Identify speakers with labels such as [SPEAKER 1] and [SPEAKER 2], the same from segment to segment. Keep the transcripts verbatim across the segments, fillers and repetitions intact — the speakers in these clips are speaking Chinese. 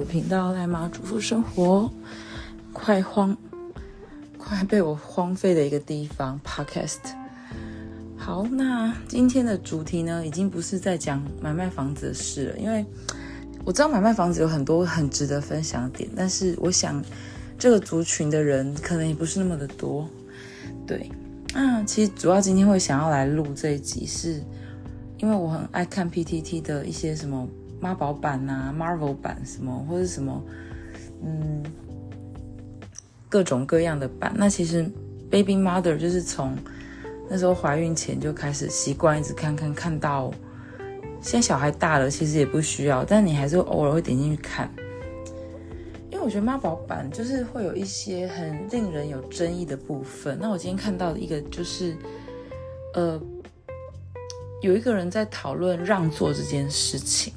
[SPEAKER 1] 的频道赖妈主妇生活，快荒快被我荒废的一个地方 Podcast。 好，那今天的主题呢，已经不是在讲买卖房子的事了，因为我知道买卖房子有很多很值得分享的点，但是我想这个族群的人可能也不是那么的多。对，那其实主要今天会想要来录这一集，是因为我很爱看 P T T 的一些什么妈宝版啊 Marvel 版什么或者什么嗯各种各样的版。那其实 Baby Mother 就是从那时候怀孕前就开始习惯一直看看看到现在小孩大了，其实也不需要，但你还是偶尔会点进去看。因为我觉得妈宝版就是会有一些很令人有争议的部分。那我今天看到的一个就是呃有一个人在讨论让座这件事情。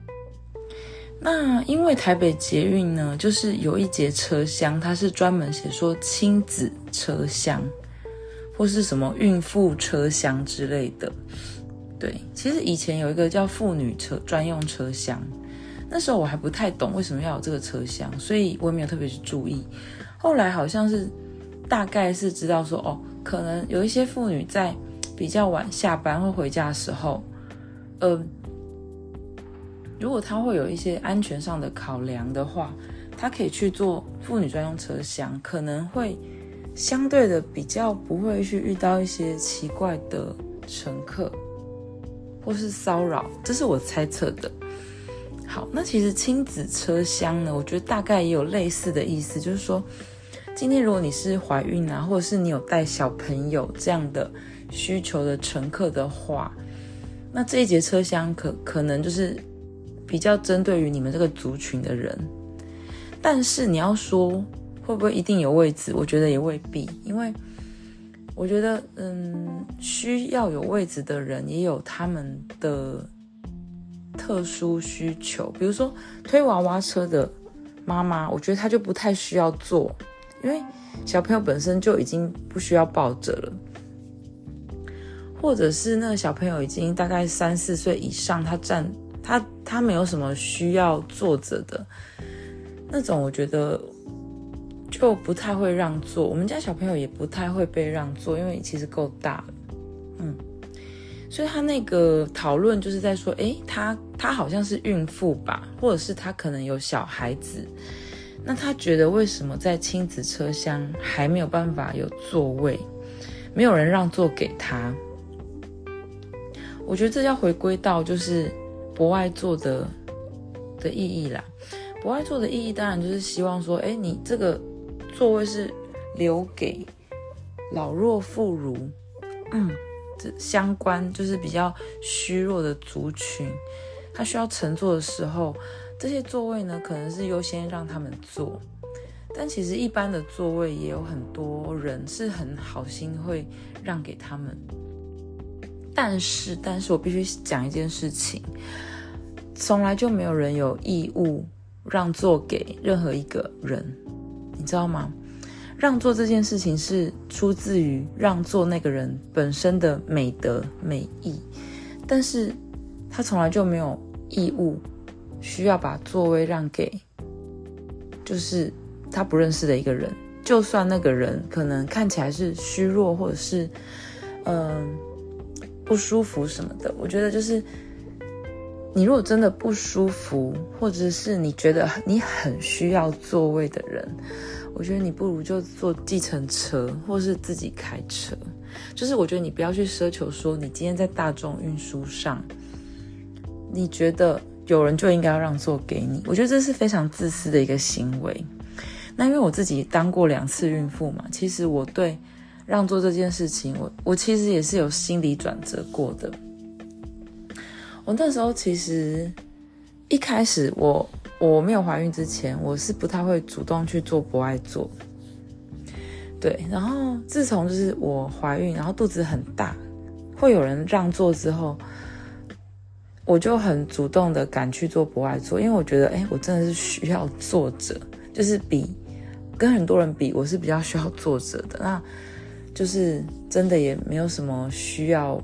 [SPEAKER 1] 那因为台北捷运呢，就是有一节车厢它是专门写说亲子车厢或是什么孕妇车厢之类的。对，其实以前有一个叫妇女车专用车厢，那时候我还不太懂为什么要有这个车厢，所以我也没有特别去注意。后来好像是大概是知道说，哦，可能有一些妇女在比较晚下班或回家的时候，呃，如果她会有一些安全上的考量的话，她可以去做妇女专用车厢，可能会相对的比较不会去遇到一些奇怪的乘客或是骚扰，这是我猜测的。好，那其实亲子车厢呢，我觉得大概也有类似的意思，就是说今天如果你是怀孕啊，或者是你有带小朋友这样的需求的乘客的话，那这一节车厢可可能就是比较针对于你们这个族群的人。但是你要说会不会一定有位置，我觉得也未必，因为我觉得嗯，需要有位置的人也有他们的特殊需求。比如说推娃娃车的妈妈，我觉得她就不太需要坐，因为小朋友本身就已经不需要抱着了。或者是那个小朋友已经大概三四岁以上，他站他他没有什么需要坐着的那种，我觉得就不太会让座。我们家小朋友也不太会被让座，因为其实够大了。嗯，所以他那个讨论就是在说，诶，他他好像是孕妇吧，或者是他可能有小孩子，那他觉得为什么在亲子车厢还没有办法有座位，没有人让座给他。我觉得这要回归到就是博爱座的的意义啦。博爱座的意义当然就是希望说，诶，你这个座位是留给老弱妇孺，嗯，相关就是比较虚弱的族群，他需要乘坐的时候，这些座位呢可能是优先让他们坐。但其实一般的座位也有很多人是很好心会让给他们。但是但是我必须讲一件事情，从来就没有人有义务让座给任何一个人，你知道吗？让座这件事情是出自于让座那个人本身的美德美意，但是他从来就没有义务需要把座位让给就是他不认识的一个人，就算那个人可能看起来是虚弱或者是嗯、呃、不舒服什么的。我觉得就是你如果真的不舒服，或者是你觉得你很需要座位的人，我觉得你不如就坐计程车或是自己开车。就是我觉得你不要去奢求说你今天在大众运输上你觉得有人就应该要让座给你，我觉得这是非常自私的一个行为。那因为我自己当过两次孕妇嘛，其实我对让座这件事情我我其实也是有心理转折过的。我那时候其实一开始我我没有怀孕之前，我是不太会主动去做博爱座。对，然后自从就是我怀孕，然后肚子很大，会有人让座之后，我就很主动的敢去做博爱座，因为我觉得，哎，我真的是需要坐着，就是比跟很多人比，我是比较需要坐着的。那就是真的也没有什么需要。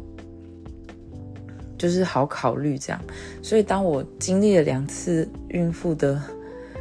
[SPEAKER 1] 就是好考虑这样。所以当我经历了两次孕妇的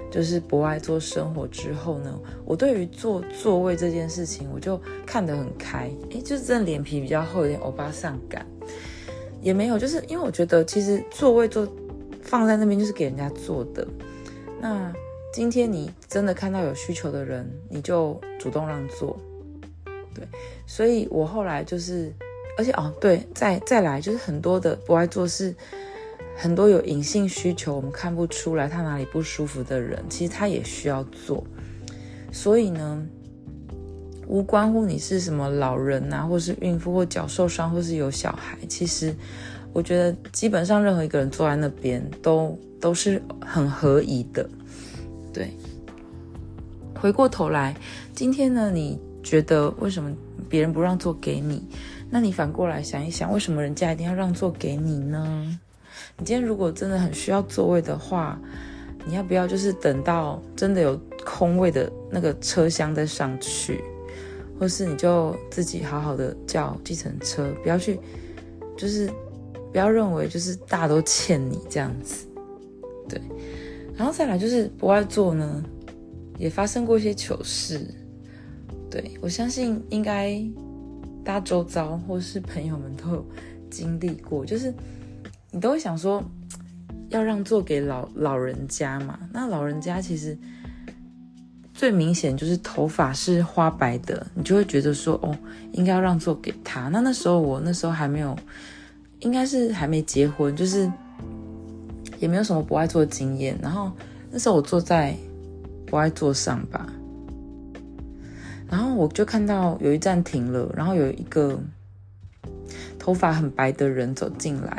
[SPEAKER 1] 就是博爱座生活之后呢，我对于坐座位这件事情我就看得很开，诶，就是真的脸皮比较厚，有点欧巴桑感。也没有，就是因为我觉得其实座位坐放在那边就是给人家坐的，那今天你真的看到有需求的人，你就主动让座。对，所以我后来就是，而且哦对，再再来就是很多的博爱座是很多有隐性需求，我们看不出来他哪里不舒服的人，其实他也需要做。所以呢，无关乎你是什么老人啊，或是孕妇，或脚受伤，或是有小孩，其实我觉得基本上任何一个人坐在那边都都是很合宜的。对，回过头来，今天呢，你觉得为什么别人不让座给你？那你反过来想一想，为什么人家一定要让座给你呢？你今天如果真的很需要座位的话，你要不要就是等到真的有空位的那个车厢再上去，或是你就自己好好的叫计程车，不要去就是不要认为就是大家都欠你这样子。对，然后再来就是博爱座呢也发生过一些糗事。对，我相信应该大家周遭或是朋友们都有经历过，就是你都会想说要让座给老老人家嘛，那老人家其实最明显就是头发是花白的，你就会觉得说哦，应该要让座给他。那那时候我那时候还没有，应该是还没结婚，就是也没有什么博爱座的经验。然后那时候我坐在博爱座上吧，然后我就看到有一站停了，然后有一个头发很白的人走进来。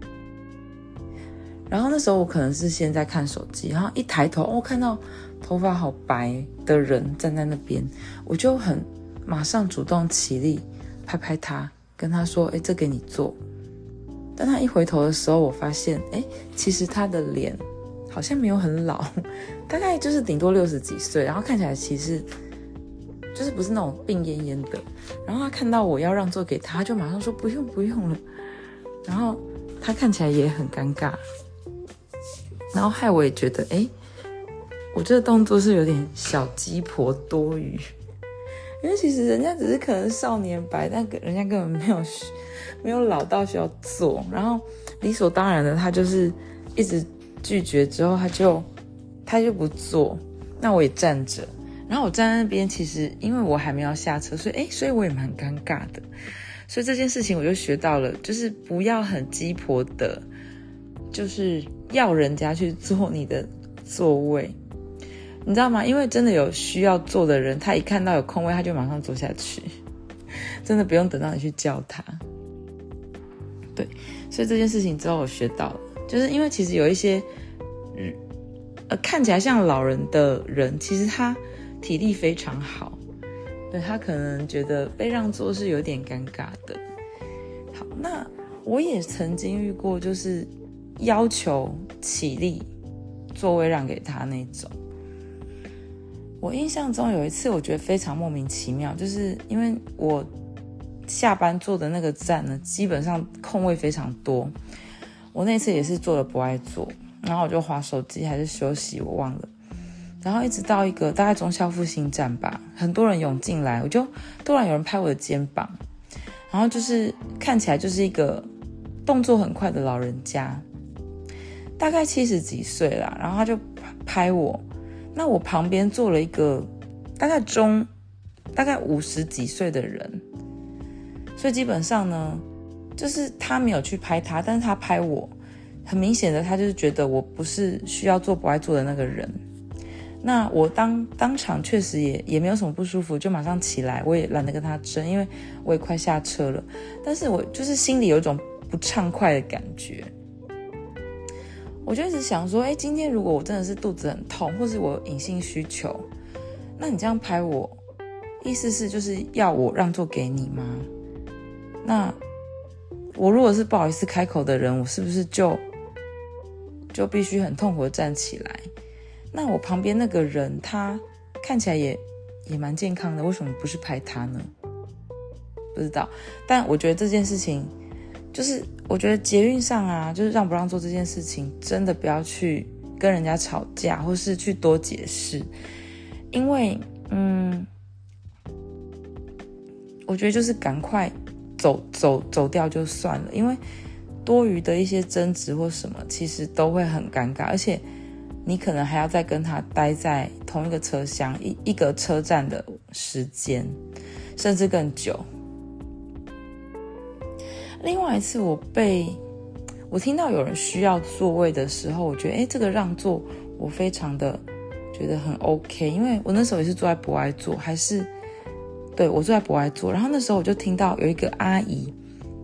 [SPEAKER 1] 然后那时候我可能是先在看手机，然后一抬头，哦，看到头发好白的人站在那边，我就很马上主动起立，拍拍他，跟他说：“哎，这给你坐。”但他一回头的时候，我发现，哎，其实他的脸好像没有很老，大概就是顶多六十几岁，然后看起来其实就是不是那种病恹恹的。然后他看到我要让座给他，他就马上说：“不用，不用了。”然后他看起来也很尴尬。然后害我也觉得，哎，我这个动作是有点小鸡婆多余，因为其实人家只是可能少年白，但人家根本没有没有老到需要做，然后理所当然的他就是一直拒绝，之后他就他就不做，那我也站着，然后我站在那边，其实因为我还没有下车，所以哎，所以我也蛮尴尬的，所以这件事情我就学到了，就是不要很鸡婆的，就是要人家去坐你的座位，你知道吗？因为真的有需要坐的人，他一看到有空位，他就马上坐下去，真的不用等到你去叫他。对，所以这件事情之后我学到了，就是因为其实有一些呃看起来像老人的人，其实他体力非常好，对，他可能觉得被让座是有点尴尬的。好，那我也曾经遇过，就是要求起立座位让给他那种。我印象中有一次我觉得非常莫名其妙，就是因为我下班坐的那个站呢，基本上空位非常多，我那次也是坐了博爱座，然后我就滑手机还是休息我忘了，然后一直到一个大概忠孝复兴站吧，很多人涌进来，我就突然有人拍我的肩膀，然后就是看起来就是一个动作很快的老人家，大概七十几岁啦，然后他就拍我，那我旁边坐了一个大概中大概五十几岁的人，所以基本上呢，就是他没有去拍他，但是他拍我，很明显的他就是觉得我不是需要做不爱做的那个人。那我当当场确实也也没有什么不舒服，就马上起来，我也懒得跟他争，因为我也快下车了，但是我就是心里有一种不畅快的感觉。我就一直想说，哎，今天如果我真的是肚子很痛，或是我有隐性需求，那你这样拍我，意思是就是要我让座给你吗？那我如果是不好意思开口的人，我是不是就就必须很痛苦的站起来？那我旁边那个人他看起来也也蛮健康的，为什么不是拍他呢？不知道，但我觉得这件事情就是我觉得捷运上啊，就是让不让座这件事情真的不要去跟人家吵架，或是去多解释，因为嗯，我觉得就是赶快走走走掉就算了，因为多余的一些争执或什么，其实都会很尴尬，而且你可能还要再跟他待在同一个车厢一一个车站的时间，甚至更久。另外一次我被我听到有人需要座位的时候，我觉得诶这个让座我非常的觉得很 OK， 因为我那时候也是坐在博爱座，还是对我坐在博爱座，然后那时候我就听到有一个阿姨，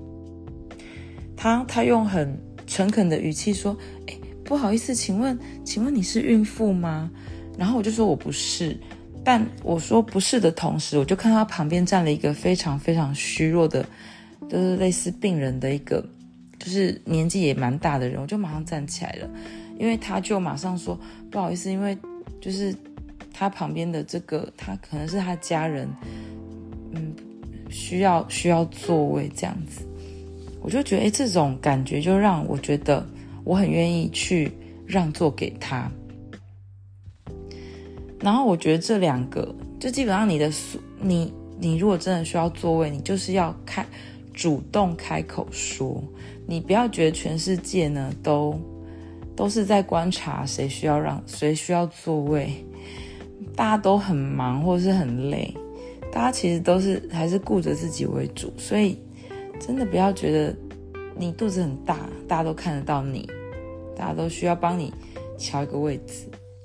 [SPEAKER 1] 她她用很诚恳的语气说，诶不好意思，请问请问你是孕妇吗？然后我就说我不是，但我说不是的同时，我就看到旁边站了一个非常非常虚弱的，就是类似病人的一个，就是年纪也蛮大的人，我就马上站起来了，因为他就马上说不好意思，因为就是他旁边的这个，他可能是他家人，嗯，需要需要座位这样子，我就觉得，哎，这种感觉就让我觉得我很愿意去让座给他。然后我觉得这两个，就基本上你的你你如果真的需要座位，你就是要开主动开口说，你不要觉得全世界呢都都是在观察谁需要让谁需要座位，大家都很忙或是很累，大家其实都是还是顾着自己为主，所以真的不要觉得你肚子很大，大家都看得到你，大家都需要帮你瞧一个位置。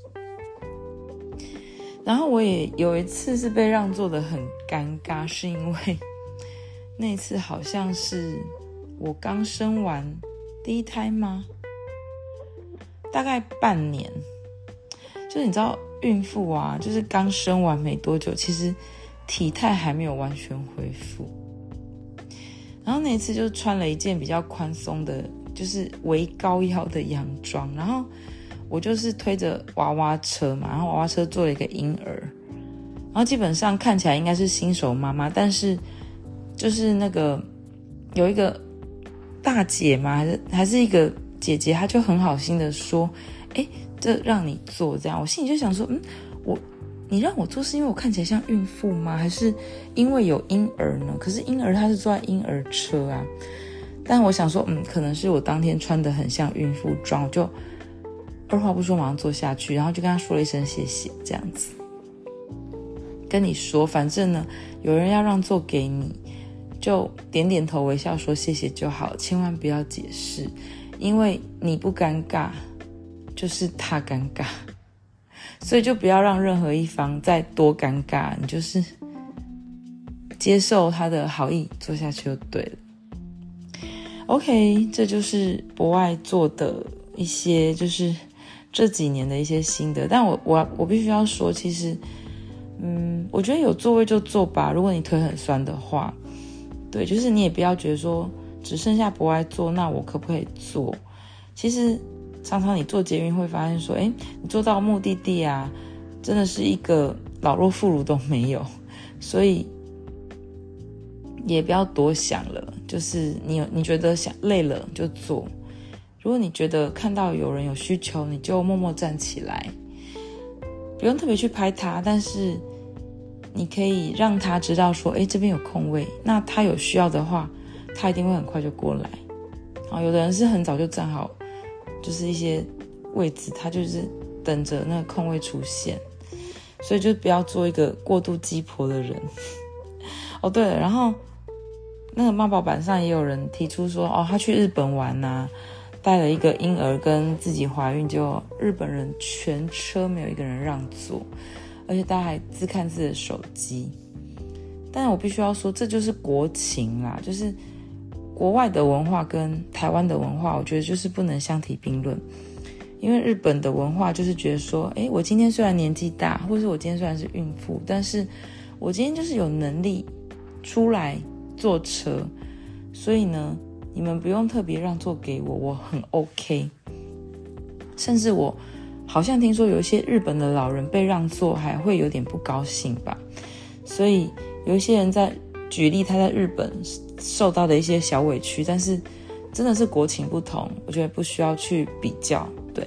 [SPEAKER 1] 然后我也有一次是被让座的很尴尬，是因为那一次好像是我刚生完第一胎吗？大概半年，就是你知道孕妇啊，就是刚生完没多久，其实体态还没有完全恢复。然后那一次就穿了一件比较宽松的，就是围高腰的洋装，然后我就是推着娃娃车嘛，然后娃娃车坐了一个婴儿，然后基本上看起来应该是新手妈妈，但是就是那个有一个大姐嘛，还是还是一个姐姐，她就很好心的说，诶，这让你坐这样。我心里就想说，嗯，我你让我坐是因为我看起来像孕妇吗？还是因为有婴儿呢？可是婴儿他是坐在婴儿车啊。但我想说，嗯，可能是我当天穿得很像孕妇装，我就二话不说马上坐下去，然后就跟他说了一声谢谢，这样子。跟你说，反正呢，有人要让座给你，就点点头微笑说谢谢就好，千万不要解释，因为你不尴尬，就是他尴尬，所以就不要让任何一方再多尴尬，你就是接受他的好意，坐下去就对了。OK， 这就是博爱做的一些，就是这几年的一些心得。但我我我必须要说，其实，嗯，我觉得有座位就坐吧。如果你腿很酸的话，对，就是你也不要觉得说只剩下博爱坐，那我可不可以坐？其实常常你坐捷运会发现说，哎，你坐到目的地啊，真的是一个老弱妇孺都没有，所以也不要多想了，就是你有你觉得想累了就坐。如果你觉得看到有人有需求，你就默默站起来，不用特别去拍他，但是你可以让他知道说，诶，这边有空位，那他有需要的话，他一定会很快就过来。然后有的人是很早就站好，就是一些位置，他就是等着那个空位出现，所以就不要做一个过度鸡婆的人。哦，对了，然后那个妈宝版上也有人提出说，哦，他去日本玩啊，带了一个婴儿跟自己怀孕，就日本人全车没有一个人让座，而且大家还自看自己的手机。但是我必须要说，这就是国情啦，就是国外的文化跟台湾的文化，我觉得就是不能相提并论。因为日本的文化就是觉得说，诶，我今天虽然年纪大，或是我今天虽然是孕妇，但是我今天就是有能力出来坐车，所以呢，你们不用特别让座给我，我很 OK。甚至我好像听说有一些日本的老人被让座还会有点不高兴吧，所以有一些人在举例他在日本受到的一些小委屈，但是真的是国情不同，我觉得不需要去比较。对，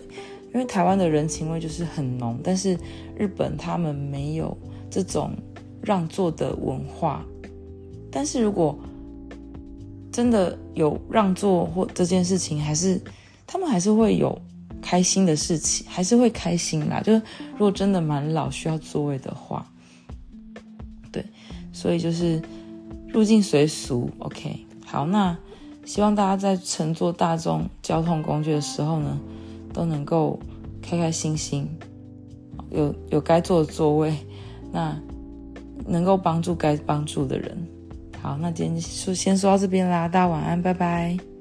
[SPEAKER 1] 因为台湾的人情味就是很浓，但是日本他们没有这种让座的文化。但是如果真的有让座或这件事情，还是他们还是会有开心的事情，还是会开心啦。就是如果真的蛮老需要座位的话，对，所以就是入境随俗 OK。 好，那希望大家在乘坐大众交通工具的时候呢，都能够开开心心，有有该坐的座位，那能够帮助该帮助的人。好，那今天就先说到这边啦，大家晚安，拜拜。